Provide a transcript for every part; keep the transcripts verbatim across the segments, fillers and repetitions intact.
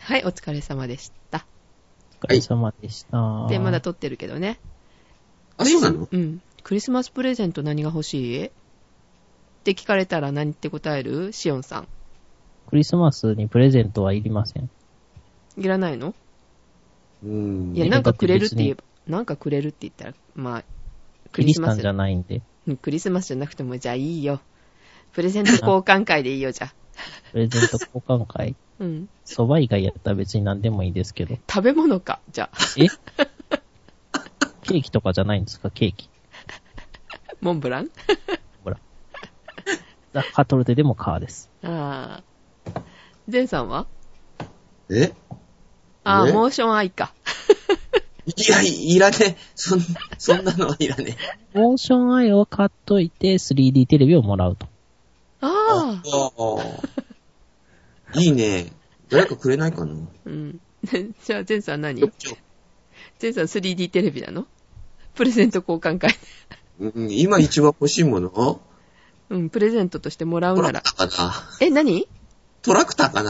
はい、お疲れ様でした。 お疲れ様でした。 で、まだ撮ってるけどね。 あ、そうなの？ うん。クリスマスプレゼント何が欲しい？って聞かれたら何って答える？シオンさん。 クリスマスにプレゼントはいりません。 いらないの？ うーん。 いや、なんかくれるって言えば、なんかくれるって言ったら、まあ、 クリスマスじゃないんで。 クリスマスじゃなくても、じゃあいいよ。プレゼント交換会でいいよ、じゃあ。 プレゼント交換会うん。 蕎麦以外やったら別に何でもいいですけど。 食べ物か、じゃあ。 えケーキとかじゃないんですか、ケーキ。 モンブランほら。ハトルテでもカーです。 ああ。ゼンさんは？ えああ、モーションアイか。 いや、い, いらねえ。そん、そんなのはいらねえ。モーションアイを買っといて スリーディー テレビをもらうと。 ああ。 あ。いいね。誰かくれないかな？ うん。じゃあ、ゼンさん何？ゼンさん スリーディー テレビなの？プレゼント交換会。 うん、今一番欲しいもの？ うん、プレゼントとしてもらうなら。 トラクターかな？ え、何？ トラクターかな？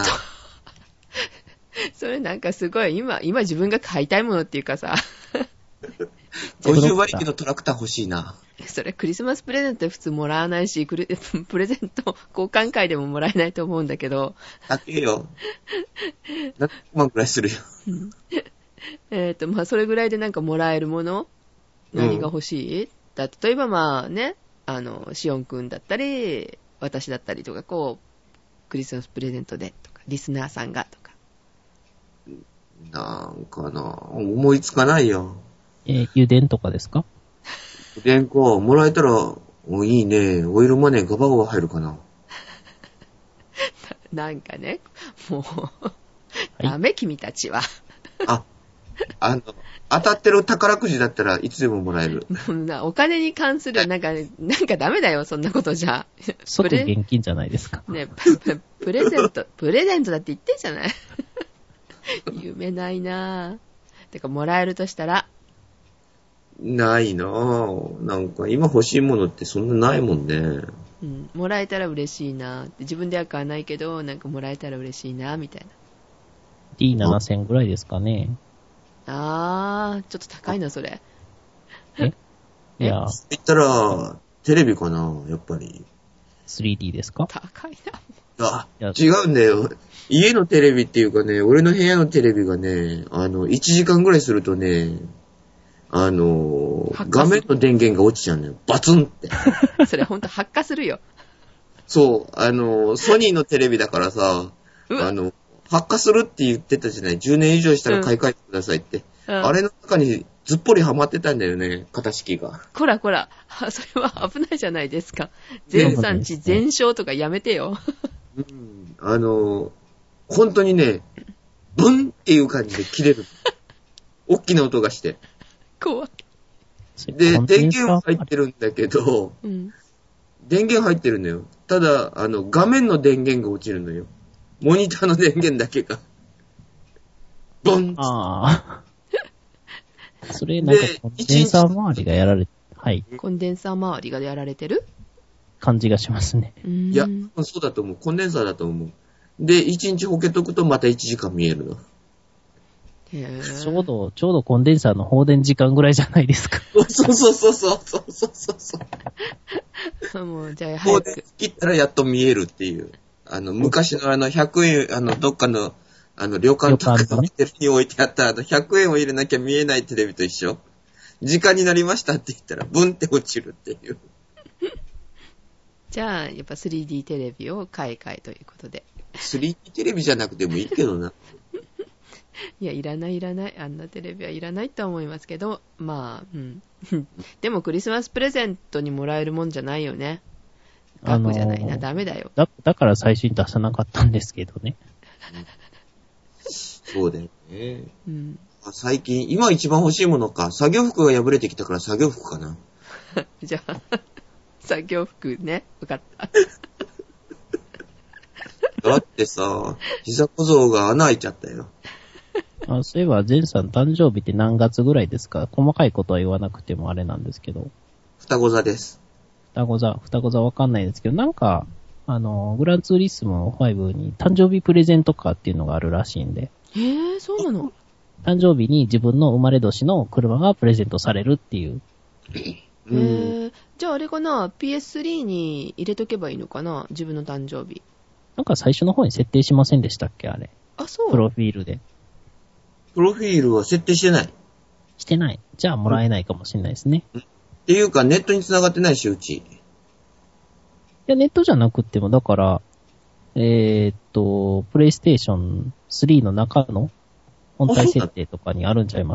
それなんかすごい、今、今自分が買いたいものっていうかさ。 ごじゅうわりきのトラクター欲しいな。 それクリスマスプレゼント普通もらわないし、プレ、プレゼント交換会でももらえないと思うんだけど。 高えよ。何万くらいするよ。 えっと、まあ、それぐらいでなんかもらえるもの？何が欲しい？うん、だ例えばまあね、あの、シオンくんだったり、私だったりとか、こう、クリスマスプレゼントでとか、リスナーさんがとか。 なんかな、思いつかないよ。 えー、油田とかですか？ 油田か、もらえたら、お、いいね。オイルマネーガバガバ入るかな。 な, なんかね、もう、はい、ダメ君たちは。 あ、あの、当たってる宝くじだったらいつでももらえる。 お金に関する、なんか、なんかダメだよ、そんなことじゃ。 即現金じゃないですか。 ね、プレゼント、プレゼントだって言ってんじゃない？夢ないなぁ。てか、もらえるとしたらないなぁ。なんか、今欲しいものってそんなないもんね。 うん、もらえたら嬉しいなぁ。自分では買わないけど、なんかもらえたら嬉しいなぁ、みたいな。 ディーななせん ぐらいですかね。 あー、ちょっと高いな、それ。 えいや。 言ったら、テレビかな、やっぱり。 スリーディー ですか？ 高いな。 あ、違うんだよ。家のテレビっていうかね、俺の部屋のテレビがね、あの、いちじかんぐらいするとね、あの、画面の電源が落ちちゃうのよ。バツンって。 それほんと発火するよ。 そう、あの、ソニーのテレビだからさ、あの、発火するって言ってたじゃない。じゅうねん以上したら買い替えてくださいって。うんうん、あれの中にずっぽりはまってたんだよね、型式が。 こらこら、それは危ないじゃないですか。全産地全焼とかやめてよ。 うん、あの、本当にね、ブンっていう感じで切れる。大きな音がして。 怖い。 で、電源は入ってるんだけど、うん、電源入ってるのよ。ただ、あの、画面の電源が落ちるのよ。モニターの電源だけが。ボン。 ああ。それ、なんか、コンデンサー周りがやられ、はい。 コンデンサー周りがやられてる感じがしますね。 いや、そうだと思う。コンデンサーだと思う。で、一日ほけとくとまたいちじかん見えるの。 へちょうど、ちょうどコンデンサーの放電時間ぐらいじゃないですか。 そうそうそうそうそうそうそう。 もう、じゃあ早く。 放電切ったらやっと見えるっていう。あの、昔のあの、ひゃくえん、あの、どっかの、あの、旅館とかのホテルに置いてあったあの、ひゃくえんを入れなきゃ見えないテレビと一緒。時間になりましたって言ったら、ブンって落ちるっていう。 じゃあ、やっぱ スリーディー テレビを買い替えということで。 スリーディー テレビじゃなくてもいいけどな。 いや、いらないいらない。あんなテレビはいらないと思いますけど、まあ、うん。でもクリスマスプレゼントにもらえるもんじゃないよね。額じゃないな、あのー、ダメだよ。 だ、だから最初に出さなかったんですけどね。 そうだよね。 うん。 最近、今一番欲しいものか。作業服が破れてきたから作業服かな。 じゃあ、作業服ね。わかった。 だってさ、膝小僧が穴開いちゃったよ。 あ、そういえば、ゼンさん誕生日って何月ぐらいですか？細かいことは言わなくてもあれなんですけど。 双子座です。 双子座、双子座わかんないですけど、なんか、 あの、グランツーリスモファイブに誕生日プレゼントカーっていうのがあるらしいんで。 へぇ、そうなの？ 誕生日に自分の生まれ年の車がプレゼントされるっていう。 へぇ、じゃああれかな、ピーエススリー に入れとけばいいのかな、自分の誕生日。 なんか最初の方に設定しませんでしたっけ、あれ。 あ、そう。 プロフィールで。 プロフィールは設定してない。 してない。じゃあもらえないかもしれないですね。 っていうか、ネットに繋がってないし、うち。 いや、ネットじゃなくっても、だから、えー、っと、プレイステーションスリーの中の本体設定とかにあるんちゃいます？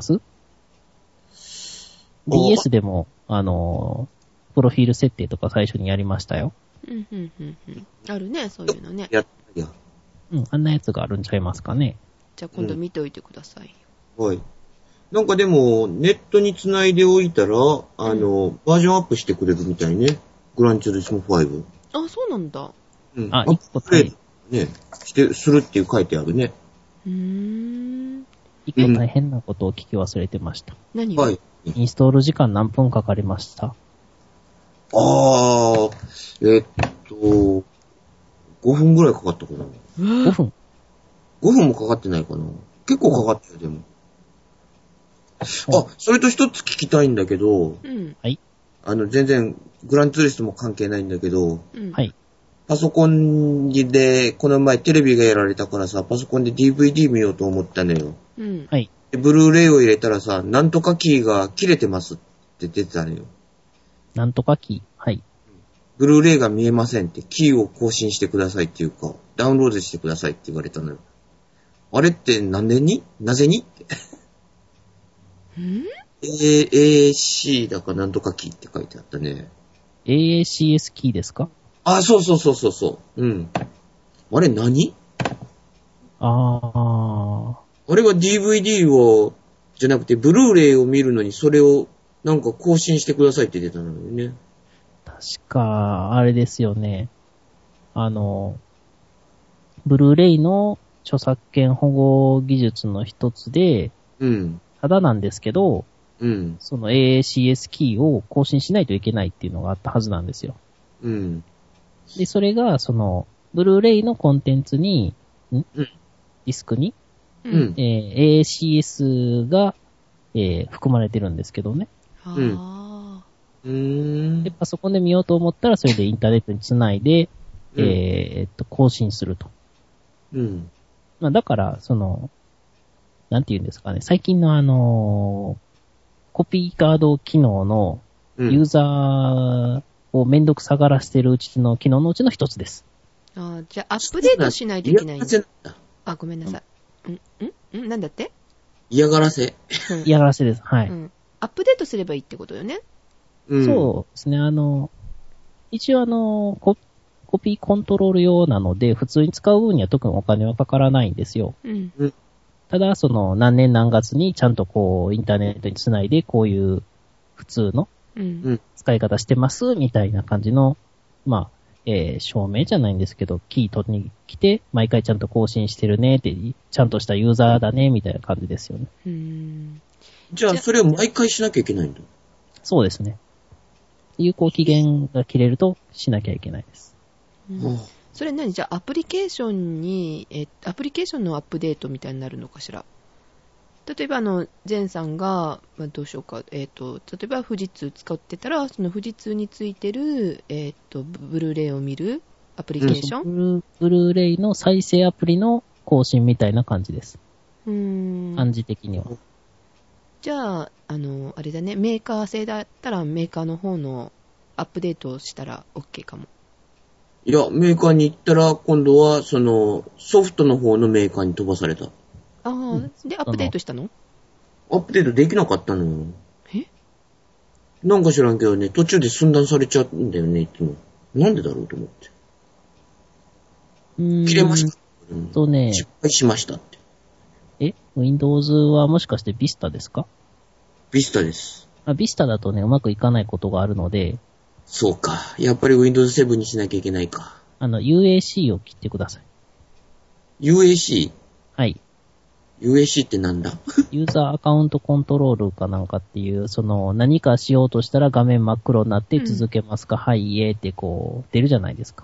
ディーエス でも、あの、プロフィール設定とか最初にやりましたよ。 うん、うん、うん、うん。あるね、そういうのね。 やったや。 うん、あんなやつがあるんちゃいますかね。 じゃあ今度見ておいてください。 うん、はい。なんかでも、ネットに繋いでおいたら、あの、うん、バージョンアップしてくれるみたいね。グランツーリスモファイブ。 あ、そうなんだ。 うん。 あ、一個大変。 ね、して、するっていう書いてあるね。 うーん。 一個大変なことを聞き忘れてました。 うん、何を？ はい。 インストール時間何分かかりました？ あー、えっと、ごふんぐらいかかったかな。 ごふん ? ご 分もかかってないかな。結構かかってる、でも。あ、それと一つ聞きたいんだけど、 うん。 はい。 あの、全然、グランツーリストも関係ないんだけど、 うん、 はい。 パソコンで、この前テレビがやられたからさ、パソコンで ディーブイディー 見ようと思ったのよ。 うん。 はい。 で、ブルーレイを入れたらさ、なんとかキーが切れてますって出てたのよ。 なんとかキー。はい。 ブルーレイが見えませんって、キーを更新してくださいっていうか、ダウンロードしてくださいって言われたのよ。あれってなんでになぜにって。 んエーエーシー だかなんとかキーって書いてあったね。 エーエーシーエス キーですか？ あ、そうそうそうそうそう。うん。あれ何？ あー。 あれは ディーブイディー を、じゃなくて、ブルーレイを見るのにそれをなんか更新してくださいって出たのよね。 確か、あれですよね。あの、ブルーレイの著作権保護技術の一つで、 うん。 ただなんですけど、 うん。 その エーエーシーエス キーを更新しないといけないっていうのがあったはずなんですよ。 うん。 で、それが、その、ブルーレイのコンテンツに、ん、うん、ディスクに、 うん、 えー、エーエーシーエス が、えー、含まれてるんですけどね。 ああ。うーん。 で、パソコンで見ようと思ったら、それでインターネットにつないで、うん、えー、っと、更新すると。 うん。 まあ、だから、その、なんて言うんですかね、最近のあのー、コピーカード機能のユーザーをめんどくさがらせてるうちの機能のうちの一つです。 ああ、じゃあアップデートしないといけないんだ。あ、ごめんなさい。んんんなんだって？ 嫌がらせ。 嫌がらせです。はい、 うん。アップデートすればいいってことよね。 うん、そうですね。あの、一応あのコ、コピーコントロール用なので、普通に使う分には特にお金はかからないんですよ。 うん。 ただ、その、何年何月にちゃんとこう、インターネットにつないで、こういう普通の使い方してます、みたいな感じの、まあ、えー、証明じゃないんですけど、キー取りに来て、毎回ちゃんと更新してるねって、ちゃんとしたユーザーだね、みたいな感じですよね。 うーん。 じゃあ、それを毎回しなきゃいけないんだ。 そうですね。有効期限が切れるとしなきゃいけないです。 うん、それ何？じゃあアプリケーションに、え、アプリケーションのアップデートみたいになるのかしら。例えばあの、ゼンさんが、まあ、どうしようか、えっと、例えば富士通使ってたら、その富士通についてる、えっと、ブルーレイを見るアプリケーション、 うん、ブルーレイの再生アプリの更新みたいな感じです。 うーん。 感じ的には。 じゃあ、あの、あれだね、メーカー製だったらメーカーの方のアップデートをしたら OK かも。 いや、メーカーに行ったら、今度は、その、ソフトの方のメーカーに飛ばされた。 ああ、うん、で、アップデートしたの？ アップデートできなかったのよ。 え？ なんか知らんけどね、途中で寸断されちゃうんだよね、いつも。なんでだろうと思って。 うーん。 切れました。 とね。 失敗しましたって。 え？ Windows はもしかして Vista ですか？ Vista です。 あ、Vista だとね、うまくいかないことがあるので。 そうか。やっぱり ウィンドウズセブン にしなきゃいけないか。 あの、ユーエーシー を切ってください。 ユーエーシー？ はい。 ユーエーシー ってなんだ？ ユーザーアカウントコントロールかなんかっていう、その、何かしようとしたら画面真っ黒になって続けますか、うん、はい、いえってこう、出るじゃないですか。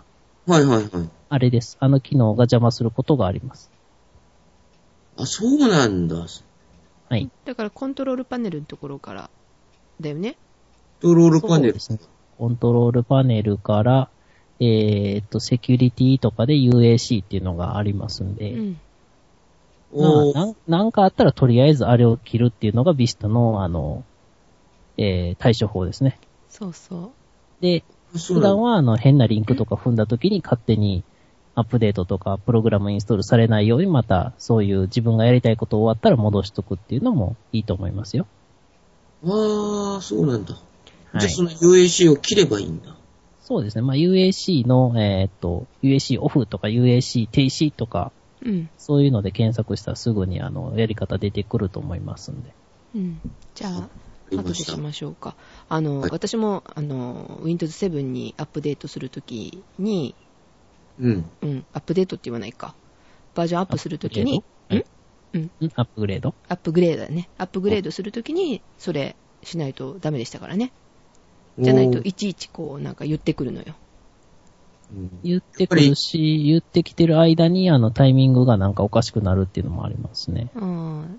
はいはいはい。 あれです。あの機能が邪魔することがあります。 あ、そうなんだ。 はい。 だからコントロールパネルのところからだよね。 コントロールパネル。そうですね。コントロールパネルから、えー、っと、セキュリティとかで ユーエーシー っていうのがありますんで、うん、まあな、なんかあったらとりあえずあれを切るっていうのが Vista の、あの、えー、対処法ですね。 そうそう。 で、普段はあの変なリンクとか踏んだ時に勝手にアップデートとかプログラムインストールされないようにまたそういう自分がやりたいこと終わったら戻しとくっていうのもいいと思いますよ。 ああ、そうなんだ。はい、じゃあその ユーエーシー を切ればいいんだ。 そうですね。まあ ユーエーシー の、えー、っと、ユーエーシー オフとか ユーエーシー 停止とか、うん、そういうので検索したらすぐにあのやり方出てくると思いますんで。 うん。じゃあ、後でしましょうか。あの、はい、私もあの ウィンドウズセブン にアップデートするときに、うん、うん、アップデートって言わないか。バージョンアップするときに、 うん、うん、アップグレードアップグレードだね。アップグレードするときに、それしないとダメでしたからね。じゃないといちいちこうなんか言ってくるのよ。 言ってくるし、言ってきてる間にあのタイミングがなんかおかしくなるっていうのもありますね。 うん、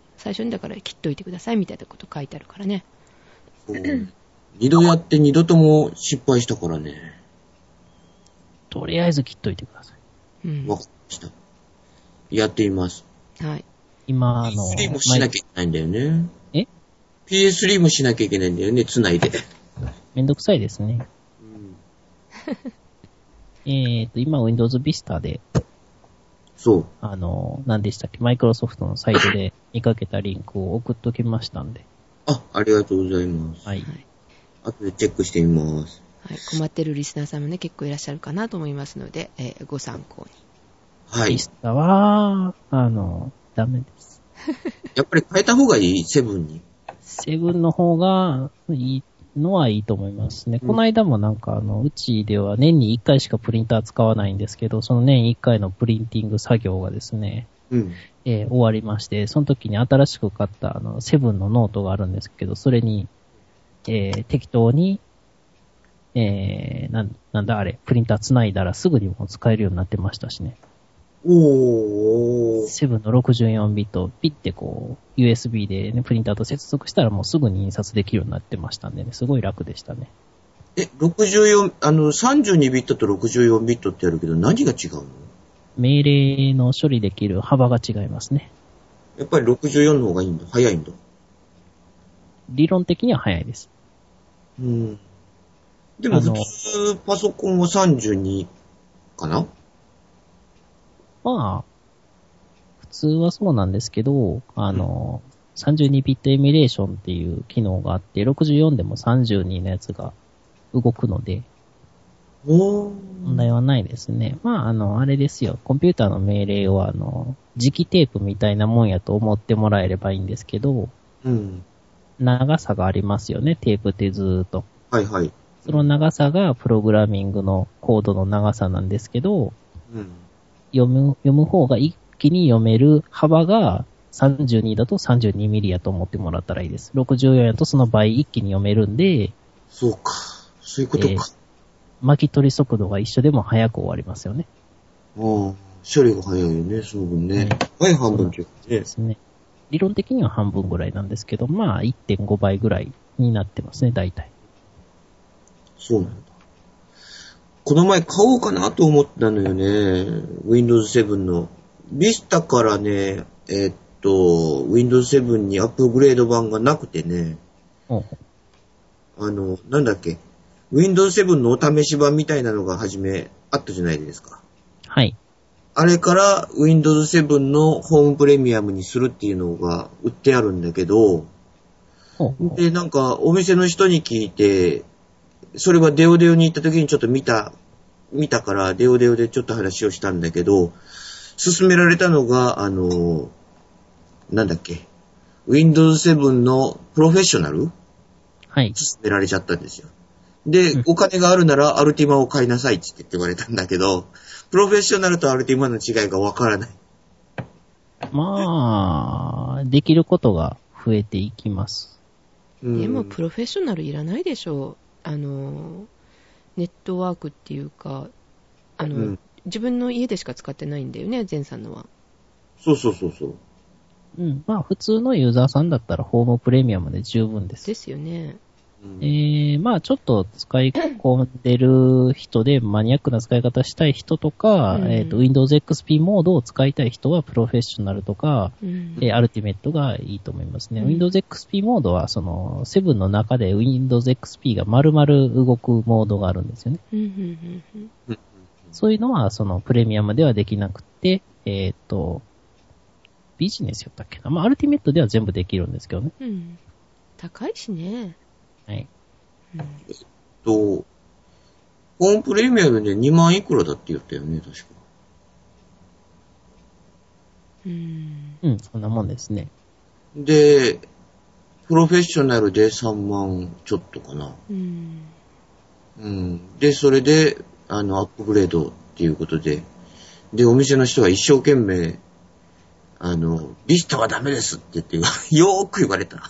最初にだから切っといてくださいみたいなこと書いてあるからね。 二度やって二度とも失敗したからね。 とりあえず切っといてください。 うん。わかりました。やってみます。 はい。 今あの。 ピーエススリー もしなきゃいけないんだよね。 えピーエススリー もしなきゃいけないんだよね、つないで。 めんどくさいですね。うん、えっと、今 Windows Vista で、 そう。 あの、何でしたっけ、マイクロソフトのサイトで見かけたリンクを送っときましたんで。 あ、ありがとうございます。 はい。 後でチェックしてみます。 はい。困ってるリスナーさんもね、結構いらっしゃるかなと思いますので、えー、ご参考に。 はい。 Vista は、あの、ダメです。 やっぱり変えた方がいい？セブンに。 セブンの方がいいのはいいと思いますね。うん、この間もなんかあの、うちでは年にいっかいしかプリンター使わないんですけど、その年いっかいのプリンティング作業がですね、うんえー、終わりまして、その時に新しく買ったあの、セブンのノートがあるんですけど、それに、えー、適当に、えー、なん、なんだあれ、プリンター繋いだらすぐにも使えるようになってましたしね。 おー。 セブンのろくじゅうよんビット、ピッてこう、ユーエスビー でね、プリンターと接続したらもうすぐに印刷できるようになってましたんでね、すごい楽でしたね。 え、ろくじゅうよん、あの、さんじゅうにビットとろくじゅうよんビットってあるけど、何が違うの？ 命令の処理できる幅が違いますね。 やっぱりろくじゅうよんの方がいいんだ。早いんだ。 理論的には早いです。 うん。でも普通、パソコンはさんじゅうにかな？ まあ、普通はそうなんですけど、あの、うん、さんじゅうにビットエミュレーションっていう機能があって、ろくじゅうよんでもさんじゅうにのやつが動くので、問題はないですね。まあ、あの、あれですよ。コンピューターの命令を、あの、磁気テープみたいなもんやと思ってもらえればいいんですけど、うん、長さがありますよね、テープってずーっと。 はいはい。 その長さがプログラミングのコードの長さなんですけど、うん、読む、読む方が一気に読める幅がさんじゅうにだとさんじゅうにミリやと思ってもらったらいいです。ろくじゅうよんやとその倍一気に読めるんで、 そうか。そういうことか。えー巻き取り速度が一緒でも早く終わりますよね。 ああ、処理が早いよね、その分ね。はい、半分っていうですね。理論的には半分ぐらいなんですけど、まあ いってんごばいぐらいになってますね、大体。 そうなんだ。この前買おうかなと思ったのよね。ウィンドウズセブン の。Vista からね、えー、っと、ウィンドウズセブン にアップグレード版がなくてね。うん、あの、なんだっけ。ウィンドウズセブン のお試し版みたいなのが初めあったじゃないですか。 はい。 あれから ウィンドウズセブン のホームプレミアムにするっていうのが売ってあるんだけど、ほうほうで、なんかお店の人に聞いて、それはデオデオに行った時にちょっと見た、見たからデオデオでちょっと話をしたんだけど、勧められたのが、あの、なんだっけ、ウィンドウズセブン のプロフェッショナル？ はい。 勧められちゃったんですよ。で、うん、お金があるならアルティマを買いなさいって言われたんだけど、プロフェッショナルとアルティマの違いがわからない。 まあ、できることが増えていきます。 でもプロフェッショナルいらないでしょう。あの、ネットワークっていうか、 あの、うん、自分の家でしか使ってないんだよね、前さんのは。 そうそうそうそう。 うん。まあ、普通のユーザーさんだったら、ホームプレミアムで十分です。 ですよね。 うん、えー、まあ、ちょっと使い込んでる人で、マニアックな使い方したい人とか、うん、えっと、Windows エックスピー モードを使いたい人は、プロフェッショナルとか、うん、えー、アルティメットがいいと思いますね。うん、Windows エックスピー モードは、その、セブンの中で Windows エックスピー が丸々動くモードがあるんですよね。うん、そういうのは、その、プレミアムではできなくて、えっと、ビジネスやったっけな。まあ、アルティメットでは全部できるんですけどね。 うん。高いしね。 はい。 うん、えっと、ホームプレミアムでにまんいくらだって言ったよね、確か。 うん。 うん、そんなもんですね。 で、プロフェッショナルでさんまんちょっとかな。 うん。 うん。で、それで、あの、アップグレードっていうことで、で、お店の人は一生懸命、あの、ビスタはダメですって言って、よーく言われた。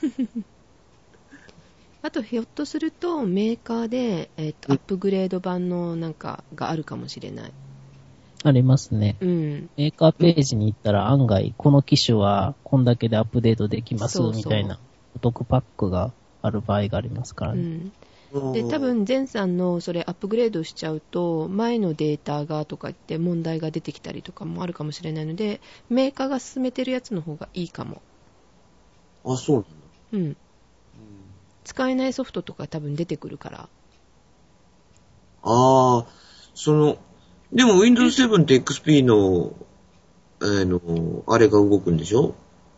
あと、ひょっとすると、メーカーで、えっと、アップグレード版のなんかがあるかもしれない。 ありますね。 うん。 メーカーページに行ったら案外、この機種はこんだけでアップデートできますみたいなお得パックがある場合がありますからね。 うん、で、多分、前さんのそれアップグレードしちゃうと、前のデータがとか言って問題が出てきたりとかもあるかもしれないので、メーカーが進めてるやつの方がいいかも。 あ、そうなんだ。 うん。使えないソフトとか多分出てくるから。 ああ、その、でも Windows セブンって エックスピー の、えー、の、あれが動くんでしょ？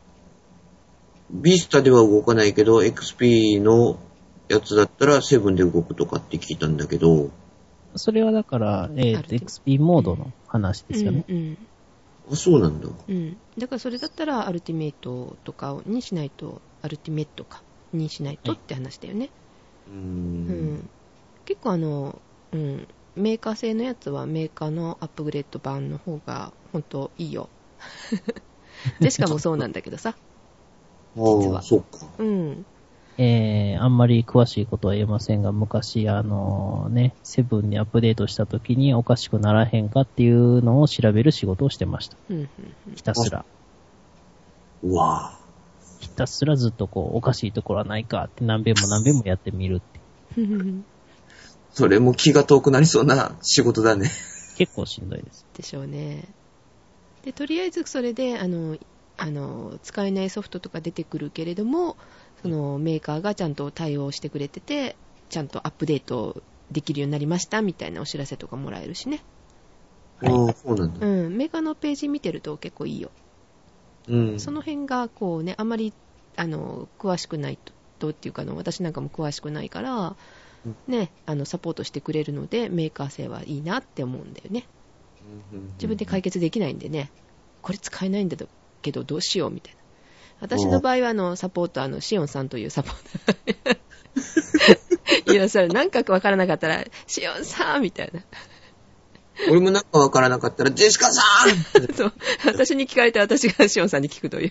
Vista では動かないけど、エックスピー のやつだったらセブンで動くとかって聞いたんだけど。 それはだから、えっと、エックスピー モードの話ですよね。 うんうん、 あ、そうなんだ。 うん。だからそれだったらアルティメイトとかにしないと、アルティメットか。にしないとって話だよね。 うーん、 うん、結構あの、うん、メーカー製のやつはメーカーのアップグレード版の方が本当いいよ。でしかもそうなんだけどさ。実は。 ああ、そっか。 うん。 えー、あんまり詳しいことは言えませんが、昔あのね、セブンにアップデートした時におかしくならへんかっていうのを調べる仕事をしてました。 うんうんうん、 ひたすら。 うわぁ。 ひたすらずっとこう、おかしいところはないかって何遍も何遍もやってみるって。 それも気が遠くなりそうな仕事だね。 結構しんどいです。 でしょうね。で、とりあえずそれで、あの、あの、使えないソフトとか出てくるけれども、そのメーカーがちゃんと対応してくれてて、ちゃんとアップデートできるようになりましたみたいなお知らせとかもらえるしね。 はい、ああ、そうなんだ。 うん、メーカーのページ見てると結構いいよ。 うん、 その辺がこうね、あまりあの詳しくないとっていうかの、私なんかも詳しくないから、うん、ね、あのサポートしてくれるのでメーカー製はいいなって思うんだよね。うんうんうん、自分で解決できないんでね、これ使えないんだけどどうしようみたいな。私の場合はあのサポートあのシオンさんというサポーターいやそれなんかわからなかったらシオンさんみたいな。 俺もなんかわからなかったら、ジェシカさんそう。私に聞かれて私がシオンさんに聞くという。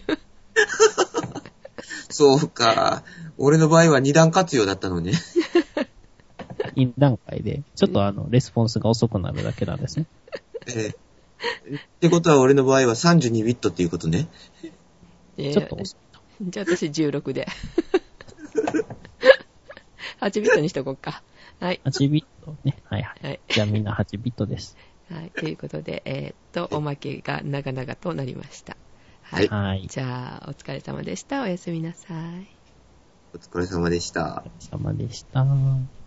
そうか。俺の場合は二段活用だったのね。 二段階で、ちょっとあの、レスポンスが遅くなるだけなんですね。 ええ。ってことは俺の場合はさんじゅうにビットっていうことね。 ちょっと遅いと。 じゃあ私じゅうろくで。はちビットにしとこうか。はい。 はちビットね。はいはい。はい、じゃあみんなはちビットです。 はい。ということで、えー、っと、おまけが長々となりました。 はい。はい、 じゃあ、お疲れ様でした。おやすみなさい。 お疲れ様でした。 お疲れ様でした。